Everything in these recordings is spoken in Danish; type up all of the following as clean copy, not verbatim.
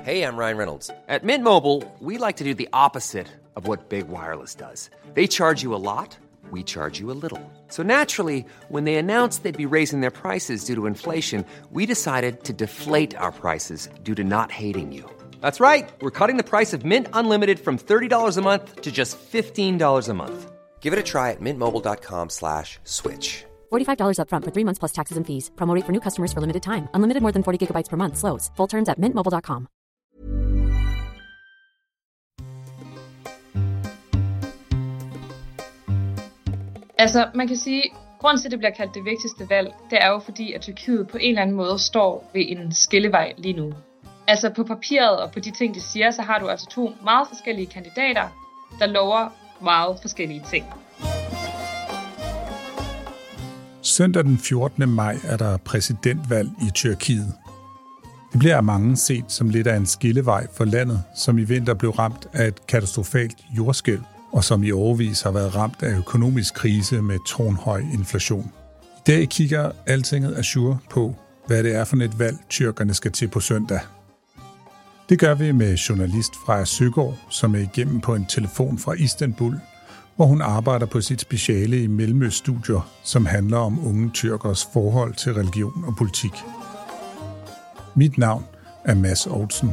Hey, I'm Ryan Reynolds. At Mint Mobile, we like to do the opposite of what Big Wireless does. They charge you a lot, we charge you a little. So naturally, when they announced they'd be raising their prices due to inflation, we decided to deflate our prices due to not hating you. That's right. We're cutting the price of Mint Unlimited from $30 a month to just $15 a month. Give it a try at mintmobile.com/switch. $45 up front for 3 months plus taxes and fees. Promo rate for new customers for limited time. Unlimited more than 40 gigabytes per month. Slows full terms at mintmobile.com. Altså, man kan sige, grunden til, at det bliver kaldt det vigtigste valg, det er jo fordi, at Tyrkiet på en eller anden måde står ved en skillevej lige nu. Altså på papiret og på de ting, de siger, så har du altså to meget forskellige kandidater, der lover meget forskellige ting. Søndag den 14. maj er der præsidentvalg i Tyrkiet. Det bliver af mange set som lidt af en skillevej for landet, som i vinter blev ramt af et katastrofalt jordskælv, og som i årevis har været ramt af økonomisk krise med tårnhøj inflation. I dag kigger Altinget Azure på, hvad det er for et valg, tyrkerne skal til på søndag. Det gør vi med journalist Freja Søgaard, som er igennem på en telefon fra Istanbul, hvor hun arbejder på sit speciale i Mellemøststudier, som handler om unge tyrkers forhold til religion og politik. Mit navn er Mads Oudsen.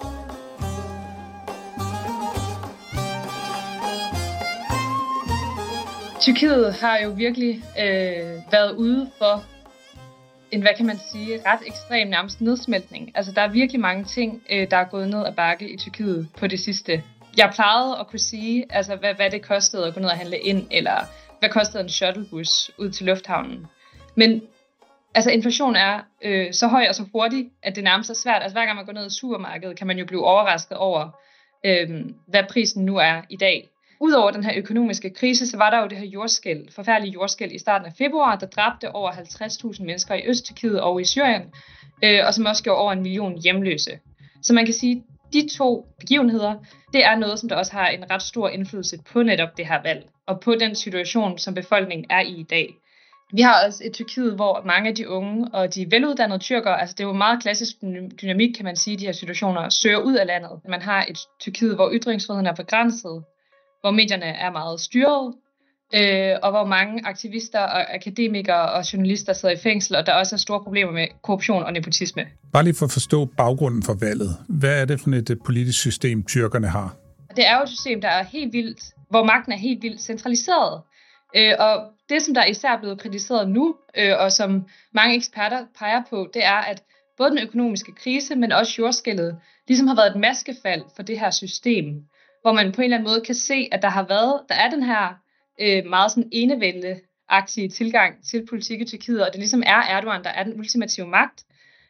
Tyrkiet har jo virkelig været ude for en, hvad kan man sige, ret ekstrem nærmest nedsmeltning. Altså, der er virkelig mange ting, der er gået ned ad bakke i Tyrkiet på det sidste. Jeg plejede at kunne sige, altså, hvad det kostede at gå ned og handle ind, eller hvad kostede en shuttlebus ud til lufthavnen. Men altså, inflation er så høj og så hurtig, at det nærmest er svært. Altså, hver gang man går ned i supermarkedet, kan man jo blive overrasket over, hvad prisen nu er i dag. Udover den her økonomiske krise, så var der jo det her jordskælv, forfærdelige jordskælv i starten af februar, der dræbte over 50.000 mennesker i Øst-Tyrkiet og i Syrien, og som også gjorde over 1 million hjemløse. Så man kan sige, at de to begivenheder, det er noget, som der også har en ret stor indflydelse på netop det her valg, og på den situation, som befolkningen er i dag. Vi har også et Tyrkiet, hvor mange af de unge og de veluddannede tyrkere, altså det er jo meget klassisk dynamik, kan man sige, de her situationer, søger ud af landet. Man har et Tyrkiet, hvor ytringsfriheden er begrænset, hvor medierne er meget styret, og hvor mange aktivister og akademikere og journalister sidder i fængsel, og der også er store problemer med korruption og nepotisme. Bare lige for at forstå baggrunden for valget. Hvad er det for et politisk system, tyrkerne har? Det er jo et system, der er helt vildt, hvor magten er helt vildt centraliseret. Og det, som der især er blevet kritiseret nu, og som mange eksperter peger på, det er, at både den økonomiske krise, men også jordskælvet, ligesom har været et maskefald for det her system, hvor man på en eller anden måde kan se, at der er den her meget sådan enevælde-agtige tilgang til politik i Tyrkiet, og det ligesom er Erdogan, der er den ultimative magt.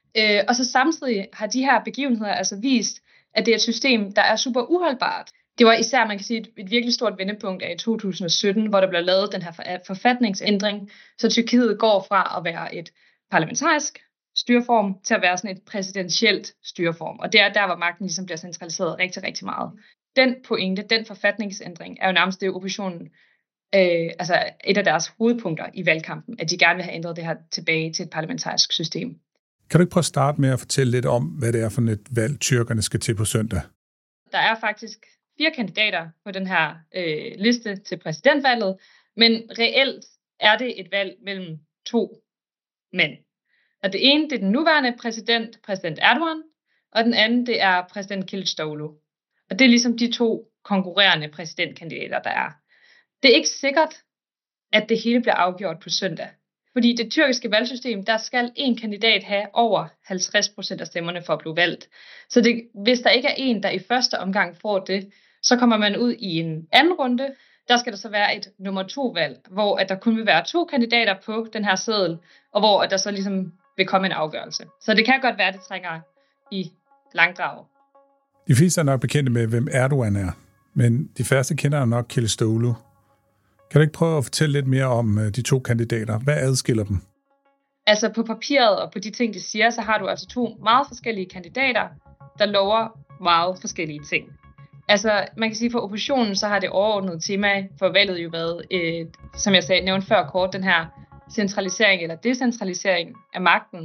Og så samtidig har de her begivenheder altså vist, at det er et system, der er super uholdbart. Det var især, man kan sige, et virkelig stort vendepunkt af i 2017, hvor der blev lavet den her forfatningsændring, så Tyrkiet går fra at være et parlamentarisk styreform til at være sådan et præsidentielt styreform. Og det er der, hvor magten ligesom bliver centraliseret rigtig, rigtig meget. Den pointe, den forfatningsændring, er jo nærmest det, oppositionen, altså et af deres hovedpunkter i valgkampen, at de gerne vil have ændret det her tilbage til et parlamentarisk system. Kan du ikke prøve at starte med at fortælle lidt om, hvad det er for et valg, tyrkerne skal til på søndag? Der er faktisk 4 kandidater på den her liste til præsidentvalget, men reelt er det et valg mellem 2 mænd. Og det ene, det er den nuværende præsident Erdogan, og den anden, det er præsident Kılıçdaroğlu. Og det er ligesom de 2 konkurrerende præsidentkandidater, der er. Det er ikke sikkert, at det hele bliver afgjort på søndag. Fordi det tyrkiske valgsystem, der skal en kandidat have over 50% af stemmerne for at blive valgt. Så hvis der ikke er en, der i første omgang får det, så kommer man ud i en anden runde. Der skal der så være et nummer 2-valg, hvor at der kun vil være 2 kandidater på den her seddel, og hvor at der så ligesom vil komme en afgørelse. Så det kan godt være, at det trænger i langdrag. De fleste er nok bekendte med, hvem Erdogan er, men de færreste kender nok Kılıçdaroğlu. Kan du ikke prøve at fortælle lidt mere om de 2 kandidater? Hvad adskiller dem? Altså på papiret og på de ting, de siger, så har du altså 2 meget forskellige kandidater, der lover meget forskellige ting. Altså man kan sige, for oppositionen, så har det overordnede tema for valget jo været, som jeg nævnte før kort, den her centralisering eller decentralisering af magten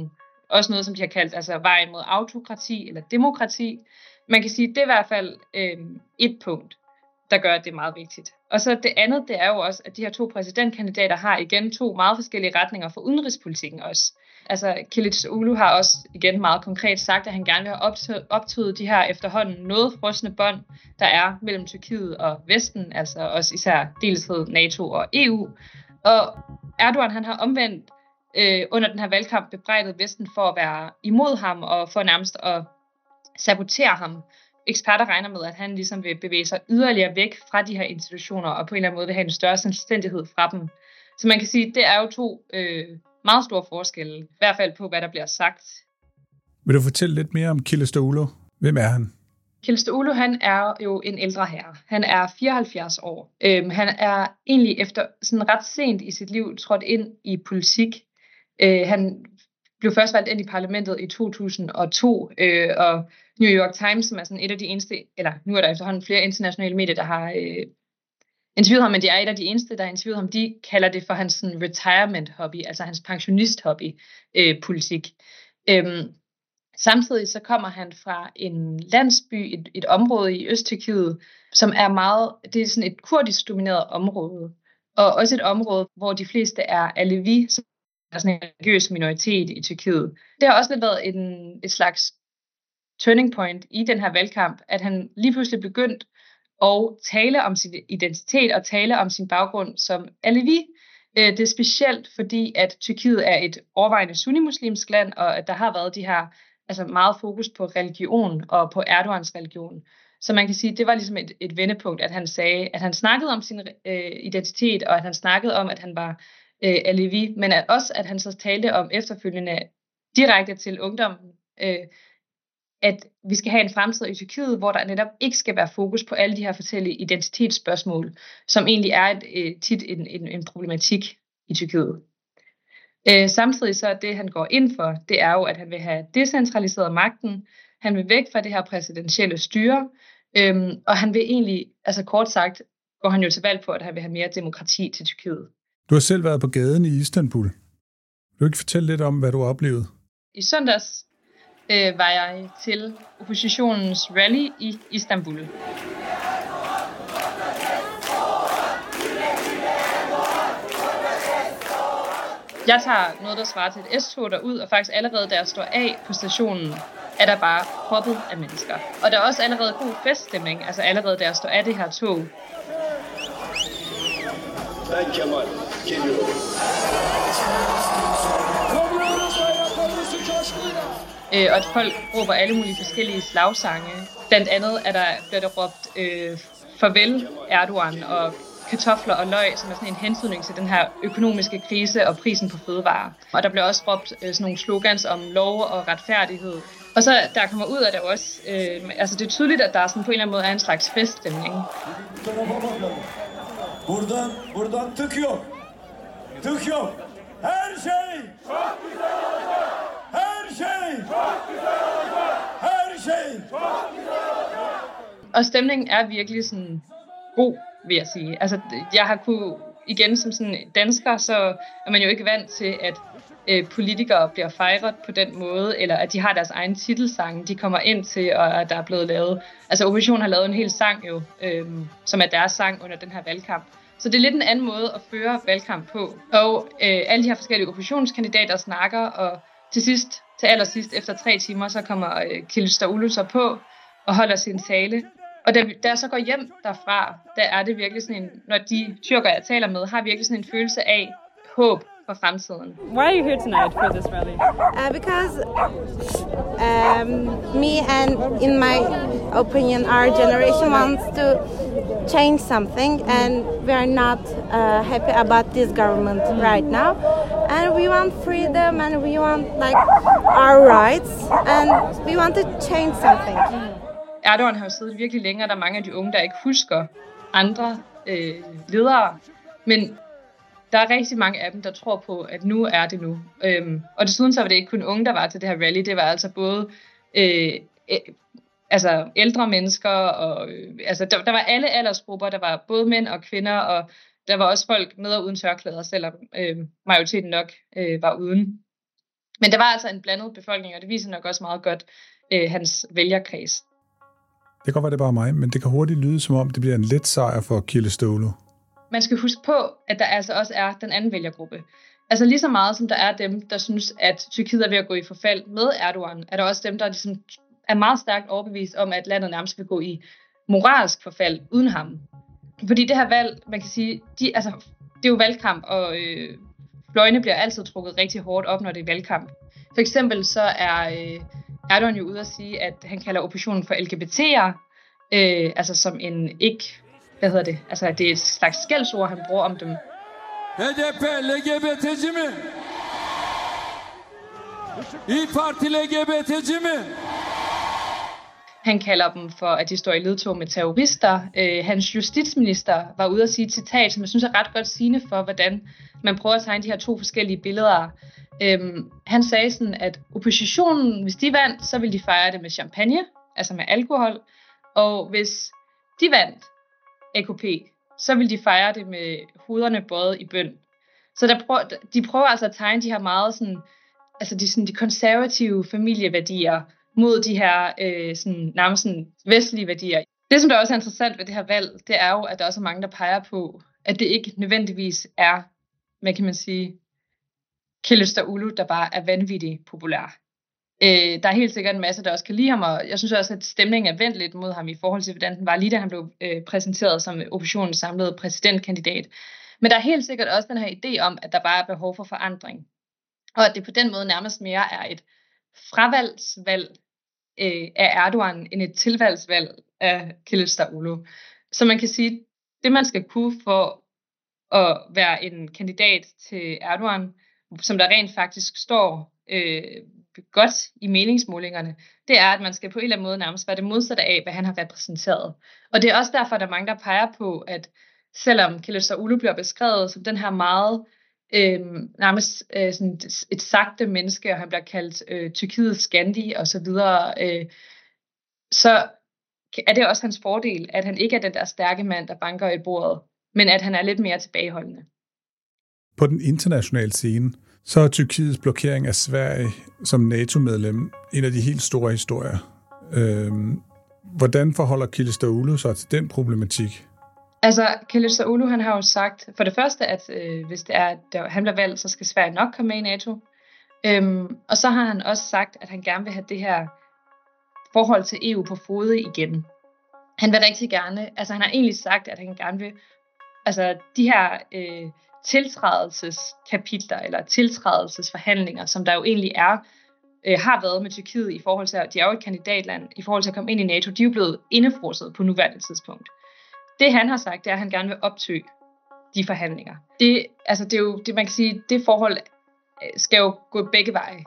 også noget, som de har kaldt altså vejen mod autokrati eller demokrati. Man kan sige, at det er i hvert fald et punkt, der gør, at det er meget vigtigt. Og så det andet, det er jo også, at de her 2 præsidentkandidater har igen 2 meget forskellige retninger for udenrigspolitikken også. Altså Kılıçdaroğlu har også igen meget konkret sagt, at han gerne vil have optydet de her efterhånden noget frosne bånd, der er mellem Tyrkiet og Vesten, altså også især deltid NATO og EU. Og Erdogan, han har omvendt under den her valgkamp bebrejdet Vesten for at være imod ham og for nærmest at sabotere ham. Eksperter regner med, at han ligesom vil bevæge sig yderligere væk fra de her institutioner og på en eller anden måde vil have en større selvstændighed fra dem. Så man kan sige, at det er jo 2 meget store forskelle, i hvert fald på, hvad der bliver sagt. Vil du fortælle lidt mere om Kılıçdaroğlu? Hvem er han? Kılıçdaroğlu, han er jo en ældre herre. Han er 74 år. Han er egentlig efter sådan ret sent i sit liv trådt ind i politik. Han blev først valgt ind i parlamentet i 2002, og New York Times, som er sådan et af de eneste, eller nu er der efterhånden flere internationale medier, der har interviewet ham, men det er et af de eneste, der har interviewet ham, de kalder det for hans sådan, retirement hobby, altså hans pensionist hobby politik. Samtidig så kommer han fra en landsby, et område i Østtyrkiet, som er meget, det er sådan et kurdisk domineret område, og også et område, hvor de fleste er alevi, som er sådan en religiøs minoritet i Tyrkiet. Det har også lidt været et slags turning point i den her valgkamp, at han lige pludselig begyndt at tale om sin identitet og tale om sin baggrund som alevi. Det er specielt, fordi at Tyrkiet er et overvejende sunnimuslimsk land, og at der har været de her altså meget fokus på religion og på Erdogans religion. Så man kan sige, at det var ligesom et vendepunkt, at han sagde, at han snakkede om sin identitet, og at han snakkede om, at han var alevi, men også at han så talte om efterfølgende direkte til ungdommen, at vi skal have en fremtid i Tyrkiet, hvor der netop ikke skal være fokus på alle de her forskellige identitetsspørgsmål, som egentlig er tit en problematik i Tyrkiet. Samtidig så det, han går ind for, det er jo, at han vil have decentraliseret magten, han vil væk fra det her præsidentielle styre, og han vil egentlig, altså kort sagt, går han jo til valg på, at han vil have mere demokrati til Tyrkiet. Du har selv været på gaden i Istanbul. Vil du ikke fortælle lidt om, hvad du oplevede? I søndags var jeg til oppositionens rally i Istanbul. Jeg tager noget, der svarer til et S-tog derud, og faktisk allerede, da jeg står af på stationen, er der bare proppet af mennesker. Og der er også allerede god feststemning, altså allerede, da jeg står af det her tog. Og at folk råber alle mulige forskellige slagsange. Blandt andet bliver der råbt farvel Erdogan og kartofler og løg, som er sådan en hentydning til den her økonomiske krise og prisen på fødevarer. Og der bliver også råbt sådan nogle slogans om lov og retfærdighed. Og så der kommer ud af det også, altså det er tydeligt, at der sådan på en eller anden måde er en slags feststemning. Buradan tık yok. Tık yok. Her şey çok güzel olacak. Her şey çok güzel olacak. Her şey çok güzel olacak. Og stemningen er virkelig sådan god, vil jeg sige. Altså jeg har kunne igen som sådan dansker, så er man jo ikke vant til at politikere bliver fejret på den måde, eller at de har deres egen titelsange, de kommer ind til, og at der er blevet lavet. Altså oppositionen har lavet en hel sang jo, som er deres sang under den her valgkamp. Så det er lidt en anden måde at føre valgkamp på. Og alle de her forskellige oppositionskandidater snakker, og til allersidst, efter 3 timer, så kommer Kılıçdaroğlu så på og holder sin tale. Og da jeg så går hjem derfra, der er det virkelig sådan en, når de tyrker, jeg taler med, har virkelig sådan en følelse af håb for fremtiden. Why are you here tonight for this rally? Because me and, in my opinion, our generation wants to change something, and we are not happy about this government right now. And we want freedom, and we want like our rights, and we want to change something. Erdogan har jo siddet virkelig længe, og der er mange af de unge, der ikke husker andre ledere, men der er rigtig mange af dem, der tror på, at nu er det nu. Og desuden så var det ikke kun unge, der var til det her rally. Det var altså både ældre mennesker, og altså der var alle aldersgrupper. Der var både mænd og kvinder, og der var også folk med og uden tørklæder, selvom majoriteten nok var uden. Men der var altså en blandet befolkning, og det viser nok også meget godt hans vælgerkreds. Det kan godt være, det er bare mig, men det kan hurtigt lyde, som om det bliver en let sejr for Kılıçdaroğlu. Man skal huske på, at der altså også er den anden vælgergruppe. Altså lige så meget som der er dem, der synes, at Tyrkiet er ved at gå i forfald med Erdogan, er der også dem, der ligesom er meget stærkt overbevist om, at landet nærmest vil gå i moralsk forfald uden ham. Fordi det her valg, man kan sige, det er jo valgkamp, og fløjene bliver altid trukket rigtig hårdt op, når det er valgkamp. For eksempel så er Erdogan jo ude at sige, at han kalder oppositionen for LGBT'er, altså som en ikke, altså det er et slags skældsord, han bruger om dem. HDP LGBT'ci mi? İYİ Parti LGBT'ci mi? Han kalder dem for, at de står i ledtog med terrorister. Hans justitsminister var ude at sige et citat, som jeg synes er ret godt sigende for, hvordan man prøver at tegne de her to forskellige billeder. Han sagde sådan, at oppositionen, hvis de vandt, så ville de fejre det med champagne, altså med alkohol. Og hvis de vandt AKP, så ville de fejre det med hovederne bøjet i bøn. Så de prøver altså at tegne de her meget sådan, altså de konservative familieværdier mod de her nærmest vestlige værdier. Det, som der også er interessant ved det her valg, det er jo, at der også er mange, der peger på, at det ikke nødvendigvis er, hvad kan man sige, Kılıçdaroğlu, der bare er vanvittigt populær. Der er helt sikkert en masse, der også kan lide ham, og jeg synes også, at stemningen er vendt lidt mod ham i forhold til, hvordan den var lige da han blev præsenteret som oppositionens samlede præsidentkandidat. Men der er helt sikkert også den her idé om, at der bare er behov for forandring. Og at det på den måde nærmest mere er et fravalgsvalg af Erdogan end et tilvalgsvalg af Kılıçdaroğlu. Så man kan sige, det man skal kunne for at være en kandidat til Erdogan, som der rent faktisk står godt i meningsmålingerne, det er, at man skal på en eller anden måde nærmest være det modsatte af, hvad han har repræsenteret. Og det er også derfor, at der er mange, der peger på, at selvom Kılıçdaroğlu bliver beskrevet som den her meget nærmest sådan et sagte menneske, og han bliver kaldt Tyrkiets Gandhi og så videre, så er det også hans fordel, at han ikke er den der stærke mand, der banker i bordet, men at han er lidt mere tilbageholdende. På den internationale scene, så er Tyrkiets blokering af Sverige som NATO-medlem en af de helt store historier. Hvordan forholder Kılıçdaroğlu sig til den problematik? Altså, Kılıçdaroğlu, han har jo sagt, for det første, at hvis det er, at han bliver valgt, så skal Sverige nok komme med i NATO. Og så har han også sagt, at han gerne vil have det her forhold til EU på fode igen. Han vil rigtig gerne, altså han har egentlig sagt, at han gerne vil, altså de her tiltrædelseskapitler eller tiltrædelsesforhandlinger, som der jo egentlig har været med Tyrkiet i forhold til, at de er jo et kandidatland, i forhold til at komme ind i NATO, de er jo blevet indefrosset på nuværende tidspunkt. Det han har sagt, det er, at han gerne vil optøge de forhandlinger. Det er jo det, man kan sige, det forhold skal jo gå begge veje.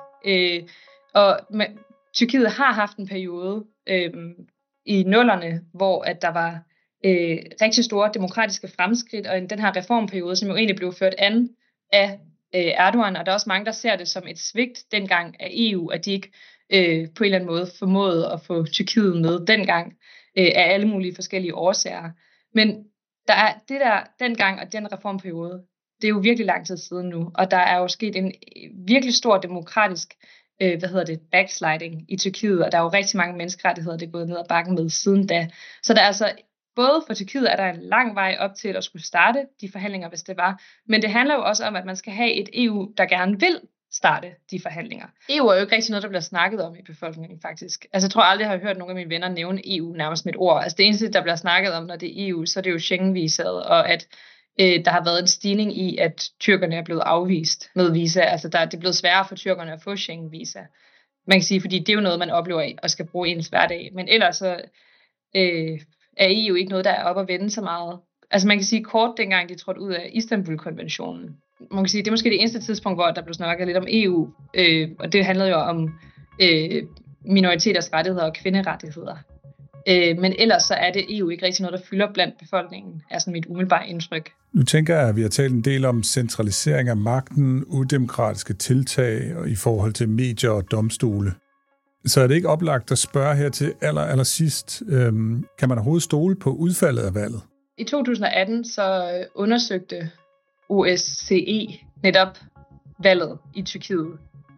Tyrkiet har haft en periode i 00'erne, hvor at der var rigtig store demokratiske fremskridt, og den her reformperiode, som jo egentlig blev ført an af Erdogan, og der er også mange, der ser det som et svigt dengang af EU, at de ikke på en eller anden måde formåede at få Tyrkiet med dengang af alle mulige forskellige årsager. Men der er det der dengang og den reformperiode, det er jo virkelig lang tid siden nu, og der er jo sket en virkelig stor demokratisk backsliding i Tyrkiet, og der er jo rigtig mange menneskerettigheder, det er gået ned ad bakken med siden da. Så der er altså, både for Tyrkiet er der en lang vej op til at skulle starte de forhandlinger, hvis det var, men det handler jo også om, at man skal have et EU, der gerne vil starte de forhandlinger. EU er jo ikke rigtig noget, der bliver snakket om i befolkningen faktisk. Altså jeg tror aldrig, jeg har hørt nogle af mine venner nævne EU nærmest med et ord. Altså det eneste, der bliver snakket om, når det er EU, så er det jo Schengen-visaet, og at der har været en stigning i, at tyrkerne er blevet afvist med visa. Altså det er blevet sværere for tyrkerne at få Schengen-visa. Man kan sige, fordi det er jo noget, man oplever og skal bruge i ens hverdag. Men ellers så er EU ikke noget, der er op at vende så meget. Altså man kan sige kort dengang, de trådte ud af Istanbul-konventionen. Man kan sige, det er måske det eneste tidspunkt, hvor der blev snakket lidt om EU. Og det handlede jo om minoriteters rettigheder og kvinderettigheder. Men ellers så er det EU ikke rigtig noget, der fylder blandt befolkningen, er sådan mit umiddelbare indtryk. Nu tænker jeg, at vi har talt en del om centralisering af magten, udemokratiske tiltag og i forhold til medier og domstole. Så er det ikke oplagt at spørge her til allersidst, kan man overhovedet stole på udfaldet af valget? I 2018 så undersøgte OSCE netop valget i Tyrkiet.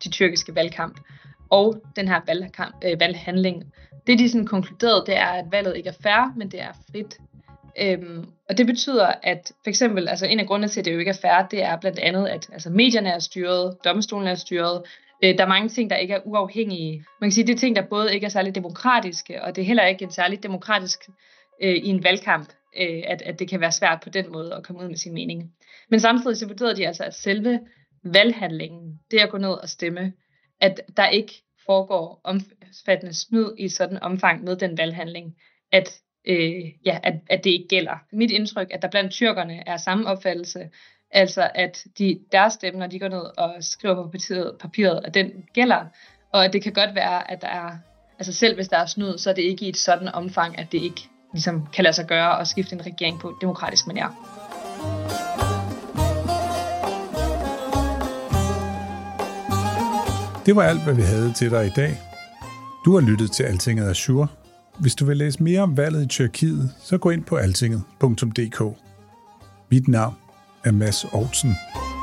de tyrkiske valgkamp og den her valghandling. Det de sådan konkluderede, det er, at valget ikke er fair, men det er frit. Og det betyder, at for eksempel, altså en af grundene til, at det jo ikke er fair, det er blandt andet, at altså, medierne er styret, domstolen er styret. Der er mange ting, der ikke er uafhængige. Man kan sige, at det er ting, der både ikke er særlig demokratiske, og det er heller ikke en særlig demokratisk i en valgkamp, at det kan være svært på den måde at komme ud med sin mening. Men samtidig så vurderede de altså, at selve valghandlingen, det at gå ned og stemme, at der ikke foregår omfattende snyd i sådan omfang med den valghandling, at det ikke gælder. Mit indtryk, at der blandt tyrkerne er samme opfattelse, altså at deres stemme, når de går ned og skriver på papiret, at den gælder, og at det kan godt være, at der er, altså selv hvis der er snyd, så er det ikke i et sådan omfang, at det ikke ligesom kan lade sig gøre at skifte en regering på demokratisk manier. Det var alt, hvad vi havde til dig i dag. Du har lyttet til Altinget Azure. Hvis du vil læse mere om valget i Tyrkiet, så gå ind på altinget.dk. Mit navn er Mads Aarhusen.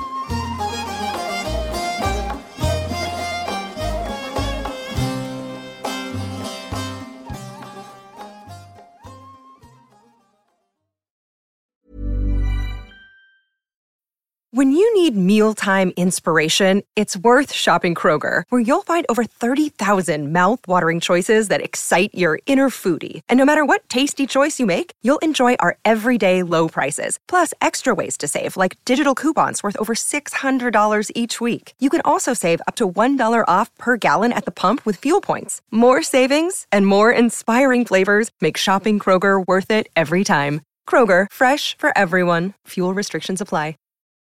When you need mealtime inspiration, it's worth shopping Kroger, where you'll find over 30,000 mouth-watering choices that excite your inner foodie. And no matter what tasty choice you make, you'll enjoy our everyday low prices, plus extra ways to save, like digital coupons worth over $600 each week. You can also save up to $1 off per gallon at the pump with fuel points. More savings and more inspiring flavors make shopping Kroger worth it every time. Kroger, fresh for everyone. Fuel restrictions apply.